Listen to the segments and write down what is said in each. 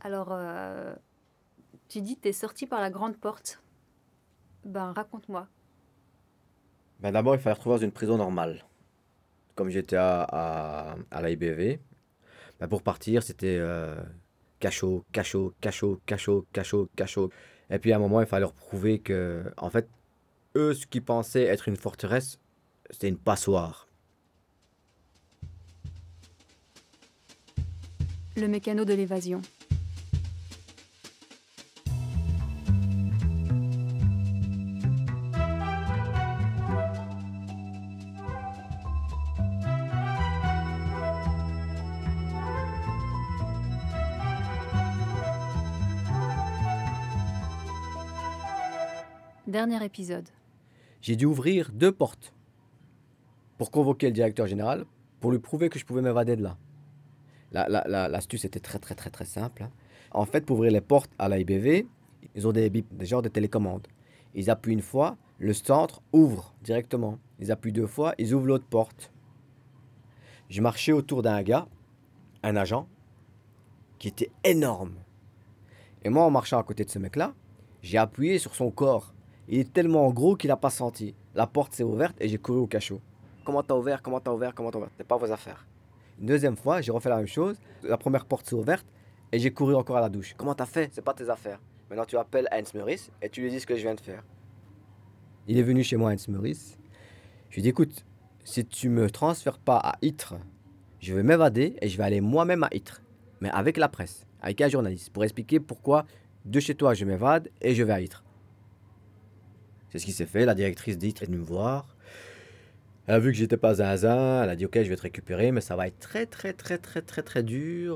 Alors, tu dis que tu es sorti par la grande porte. Ben, raconte-moi. Ben d'abord, il fallait retrouver dans une prison normale. Comme j'étais à l'IBV, ben pour partir, c'était cachot, cachot, cachot, cachot, cachot, cachot. Et puis à un moment, il fallait leur prouver que, en fait, eux, ce qu'ils pensaient être une forteresse, c'était une passoire. Le mécano de l'évasion. Dernier épisode. J'ai dû ouvrir 2 portes pour convoquer le directeur général, pour lui prouver que je pouvais m'évader de là. L'astuce était très très très très simple, hein. En fait, pour ouvrir les portes à l'IBV, ils ont des genres de télécommandes. Ils appuient une fois, le centre ouvre directement. Ils appuient 2 fois, ils ouvrent l'autre porte. Je marchais autour d'un gars, un agent, qui était énorme. Et moi, en marchant à côté de ce mec-là, j'ai appuyé sur son corps. Il est tellement gros qu'il n'a pas senti. La porte s'est ouverte et j'ai couru au cachot. Comment t'as ouvert? Comment t'as ouvert? Comment t'as ouvert? C'est pas vos affaires. Une deuxième fois, j'ai refait la même chose. La première porte s'est ouverte et j'ai couru encore à la douche. Comment t'as fait? C'est pas tes affaires. Maintenant, tu appelles Heinz Meurice et tu lui dis ce que je viens de faire. Il est venu chez moi, Heinz Meurice. Je lui ai dit, écoute, si tu me transfères pas à Ytre, je vais m'évader et je vais aller moi-même à Ytre. Mais avec la presse, avec un journaliste, pour expliquer pourquoi de chez toi je m'évade et je vais à Ytre. C'est ce qui s'est fait. La directrice d'Ytre est venue me voir. Elle a vu que j'étais pas zinzin. Elle a dit, ok, je vais te récupérer, mais ça va être très très très très très très dur.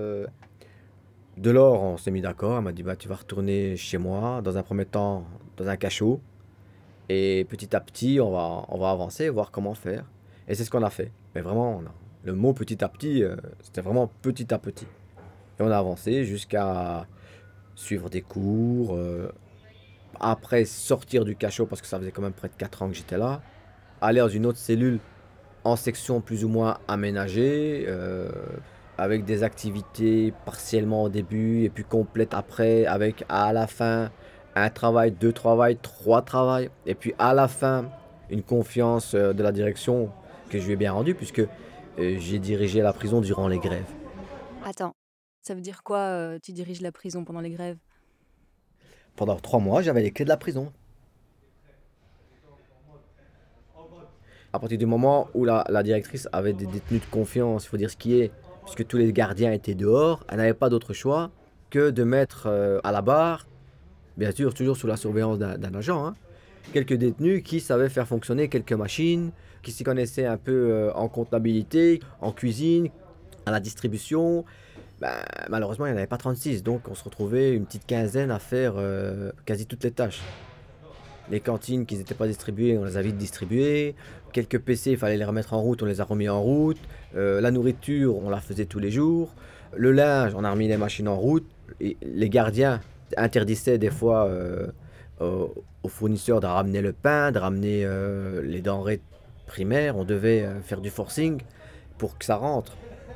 De lors, on s'est mis d'accord. Elle m'a dit, bah, tu vas retourner chez moi, dans un premier temps, dans un cachot. Et petit à petit, on va avancer, voir comment faire. Et c'est ce qu'on a fait. Mais vraiment, le mot petit à petit, c'était vraiment petit à petit. Et on a avancé jusqu'à suivre des cours. Après, sortir du cachot, parce que ça faisait quand même près de 4 ans que j'étais là. Aller dans une autre cellule en section plus ou moins aménagée, avec des activités partiellement au début et puis complètes après, avec à la fin un travail, 2 travails, 3 travails, et puis à la fin une confiance de la direction que je lui ai bien rendue puisque j'ai dirigé la prison durant les grèves. Attends, ça veut dire quoi, tu diriges la prison pendant les grèves? Pendant 3 mois, j'avais les clés de la prison. À partir du moment où la directrice avait des détenus de confiance, il faut dire ce qui est, puisque tous les gardiens étaient dehors, elle n'avait pas d'autre choix que de mettre à la barre, bien sûr toujours sous la surveillance d'un agent, hein, quelques détenus qui savaient faire fonctionner quelques machines, qui s'y connaissaient un peu en comptabilité, en cuisine, à la distribution. Ben, malheureusement, il n'y en avait pas 36, donc on se retrouvait une petite quinzaine à faire quasi toutes les tâches. Les cantines qui n'étaient pas distribuées, on les a vite distribuées. Quelques PC, il fallait les remettre en route, on les a remis en route. La nourriture, on la faisait tous les jours. Le linge, on a remis les machines en route. Et les gardiens interdisaient des fois aux fournisseurs de ramener le pain, de ramener les denrées primaires. On devait faire du forcing pour que ça rentre.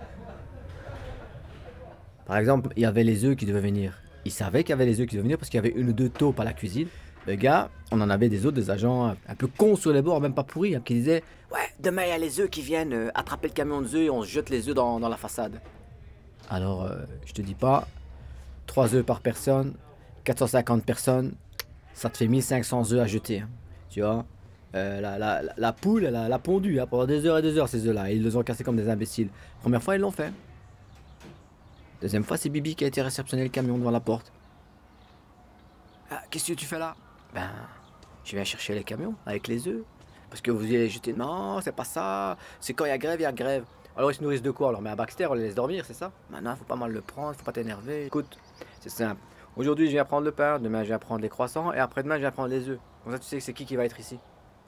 Par exemple, il y avait les œufs qui devaient venir. Ils savaient qu'il y avait les œufs qui devaient venir parce qu'il y avait une ou deux taupes à la cuisine. Le gars, on en avait des autres, des agents un peu cons sur les bords, même pas pourris, hein, qui disaient ouais, demain il y a les œufs qui viennent attraper le camion de œufs et on se jette les œufs dans la façade. Alors, je te dis pas, 3 œufs par personne, 450 personnes, ça te fait 1500 œufs à jeter, hein, tu vois. La poule, elle a pondu hein, pendant des heures et des heures ces œufs-là. Ils les ont cassés comme des imbéciles. Première fois, ils l'ont fait. Deuxième fois, c'est Bibi qui a été réceptionner le camion devant la porte. Ah, qu'est-ce que tu fais là? Ben, je viens chercher les camions avec les œufs. Parce que vous allez les jeter. Non, c'est pas ça. C'est quand il y a grève, il y a grève. Alors ils se nourrissent de quoi? On leur met un Baxter, on les laisse dormir, c'est ça? Maintenant, faut pas mal le prendre, faut pas t'énerver. Écoute, c'est simple. Aujourd'hui, je viens prendre le pain, demain, je viens prendre les croissants, et après-demain, je viens prendre les œufs. Comme ça, tu sais que c'est qui va être ici.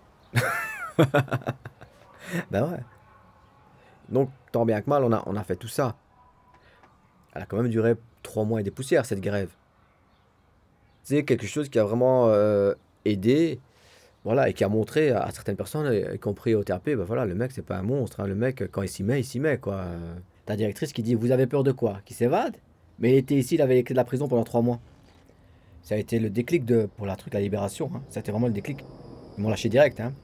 Ben ouais. Donc, tant bien que mal, on a fait tout ça. Elle a quand même duré 3 mois et des poussières, cette grève. C'est quelque chose qui a vraiment aidé, voilà, et qui a montré à certaines personnes, y compris au TAP, ben voilà, le mec, c'est pas un monstre, hein. Le mec, quand il s'y met, quoi. Ta directrice qui dit, vous avez peur de quoi? Qui s'évade? Mais il était ici, il avait les clés de la prison pendant 3 mois. Ça a été le déclic pour la libération, hein. Ça a été vraiment le déclic. Ils m'ont lâché direct, hein.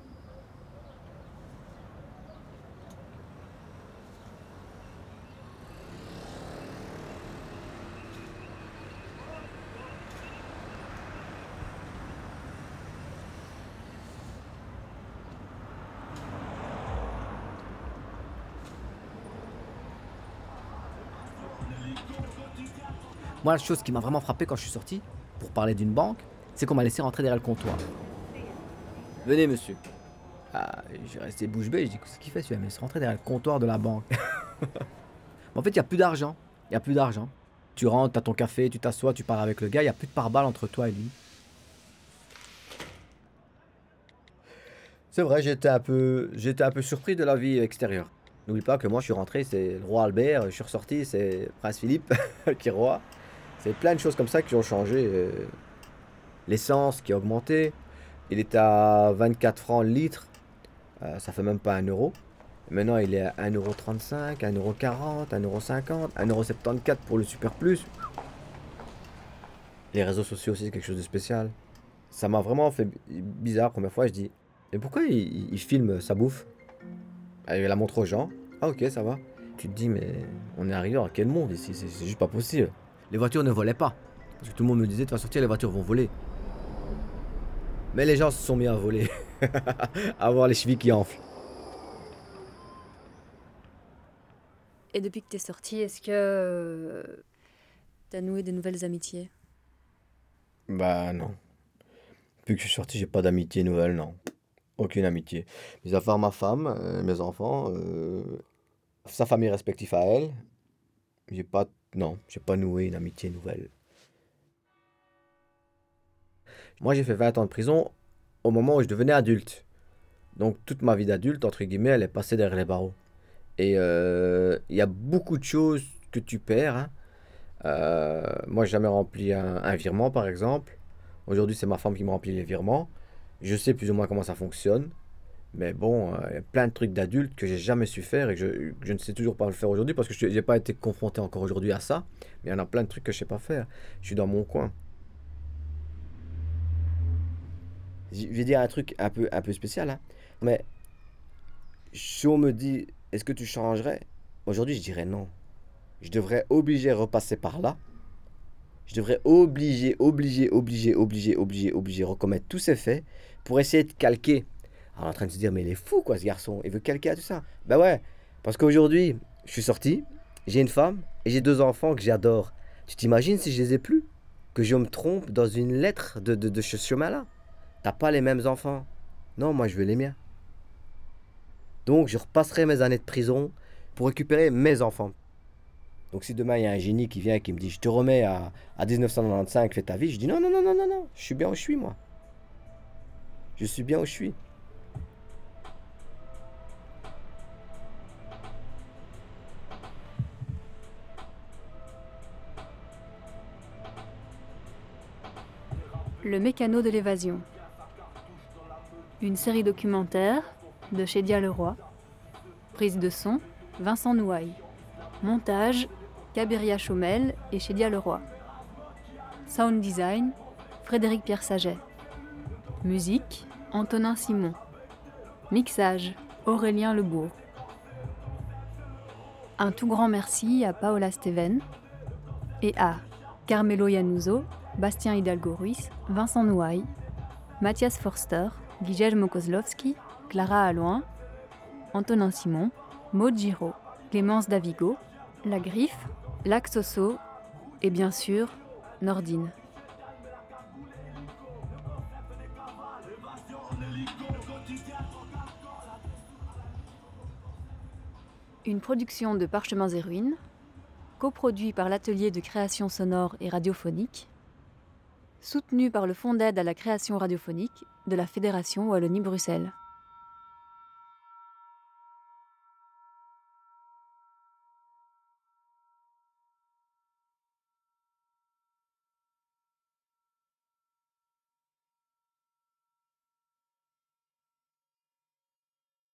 Moi, la chose qui m'a vraiment frappé quand je suis sorti, pour parler d'une banque, c'est qu'on m'a laissé rentrer derrière le comptoir. Venez, monsieur. Ah, j'ai resté bouche bée, je dis, qu'est-ce qu'il fait celui-là? Mais il se rentrer derrière le comptoir de la banque. En fait, il n'y a plus d'argent. Il n'y a plus d'argent. Tu rentres, tu as ton café, tu t'assois, tu pars avec le gars, il n'y a plus de pare-balles entre toi et lui. C'est vrai, j'étais un peu surpris de la vie extérieure. N'oublie pas que moi, je suis rentré, c'est le roi Albert, je suis ressorti, c'est Prince Philippe qui est roi. C'est plein de choses comme ça qui ont changé. L'essence qui a augmenté. Il était à 24 francs le litre. Ça fait même pas 1 euro. Maintenant, il est à 1,35 €, 1,40 €, 1,50 €, 1,74 € pour le Super Plus. Les réseaux sociaux aussi, c'est quelque chose de spécial. Ça m'a vraiment fait bizarre. Première fois, je dis, mais pourquoi il filme sa bouffe? Il la montre aux gens. Ah ok, ça va. Tu te dis, mais on est arrivé dans quel monde ici? C'est juste pas possible. Les voitures ne volaient pas. Parce que tout le monde me disait, tu vas sortir, les voitures vont voler. Mais les gens se sont mis à voler. À avoir les chevilles qui enflent. Et depuis que t'es sorti, est-ce que t'as noué des nouvelles amitiés? Bah non. Depuis que je suis sorti, j'ai pas d'amitié nouvelle, non. Aucune amitié. Mis à part ma femme, mes enfants, sa famille respective à elle, j'ai pas, non, j'ai pas noué une amitié nouvelle. Moi, j'ai fait 20 ans de prison au moment où je devenais adulte. Donc, toute ma vie d'adulte, entre guillemets, elle est passée derrière les barreaux. Et il y a beaucoup de choses que tu perds, hein. Moi, j'ai jamais rempli un virement, par exemple. Aujourd'hui, c'est ma femme qui me remplit les virements. Je sais plus ou moins comment ça fonctionne. Mais bon, il y a plein de trucs d'adultes que j'ai jamais su faire et que je ne sais toujours pas le faire aujourd'hui parce que je n'ai pas été confronté encore aujourd'hui à ça. Mais il y en a plein de trucs que je sais pas faire. Je suis dans mon coin. Je vais dire un truc un peu spécial, hein. Mais si on me dit, est-ce que tu changerais? Aujourd'hui, je dirais non. Je devrais obliger repasser par là. Je devrais obliger, recommettre tous ces faits pour essayer de calquer. Alors, on est en train de se dire, mais il est fou, quoi, ce garçon. Il veut calquer à tout ça. Ben ouais, parce qu'aujourd'hui, je suis sorti, j'ai une femme et j'ai 2 enfants que j'adore. Tu t'imagines si je les ai plus? Que je me trompe dans une lettre de ce chemin-là? T'as pas les mêmes enfants. Non, moi, je veux les miens. Donc, je repasserai mes années de prison pour récupérer mes enfants. Donc si demain il y a un génie qui vient et qui me dit je te remets à 1995, fais ta vie, je dis non, non, non, non, non, non, je suis bien où je suis moi. Je suis bien où je suis. Le mécano de l'évasion. Une série documentaire de Chédia Leroy. Prise de son, Vincent Nouaille. Montage, Cabiria Chaumel et Chédia Leroy. Sound design, Frédéric Pierre Saget. Musique, Antonin Simon. Mixage, Aurélien Lebourg. Un tout grand merci à Paola Steven et à Carmelo Yanuso, Bastien Hidalgo Ruiz, Vincent Nouaille, Mathias Forster, Guillermo Kozlowski, Clara Alloin, Antonin Simon, Maud Giraud, Clémence Davigo, La Griffe, Laxoso et bien sûr Nordine. Une production de Parchemins et Ruines, coproduit par l'Atelier de création sonore et radiophonique, soutenu par le Fonds d'aide à la création radiophonique de la Fédération Wallonie-Bruxelles.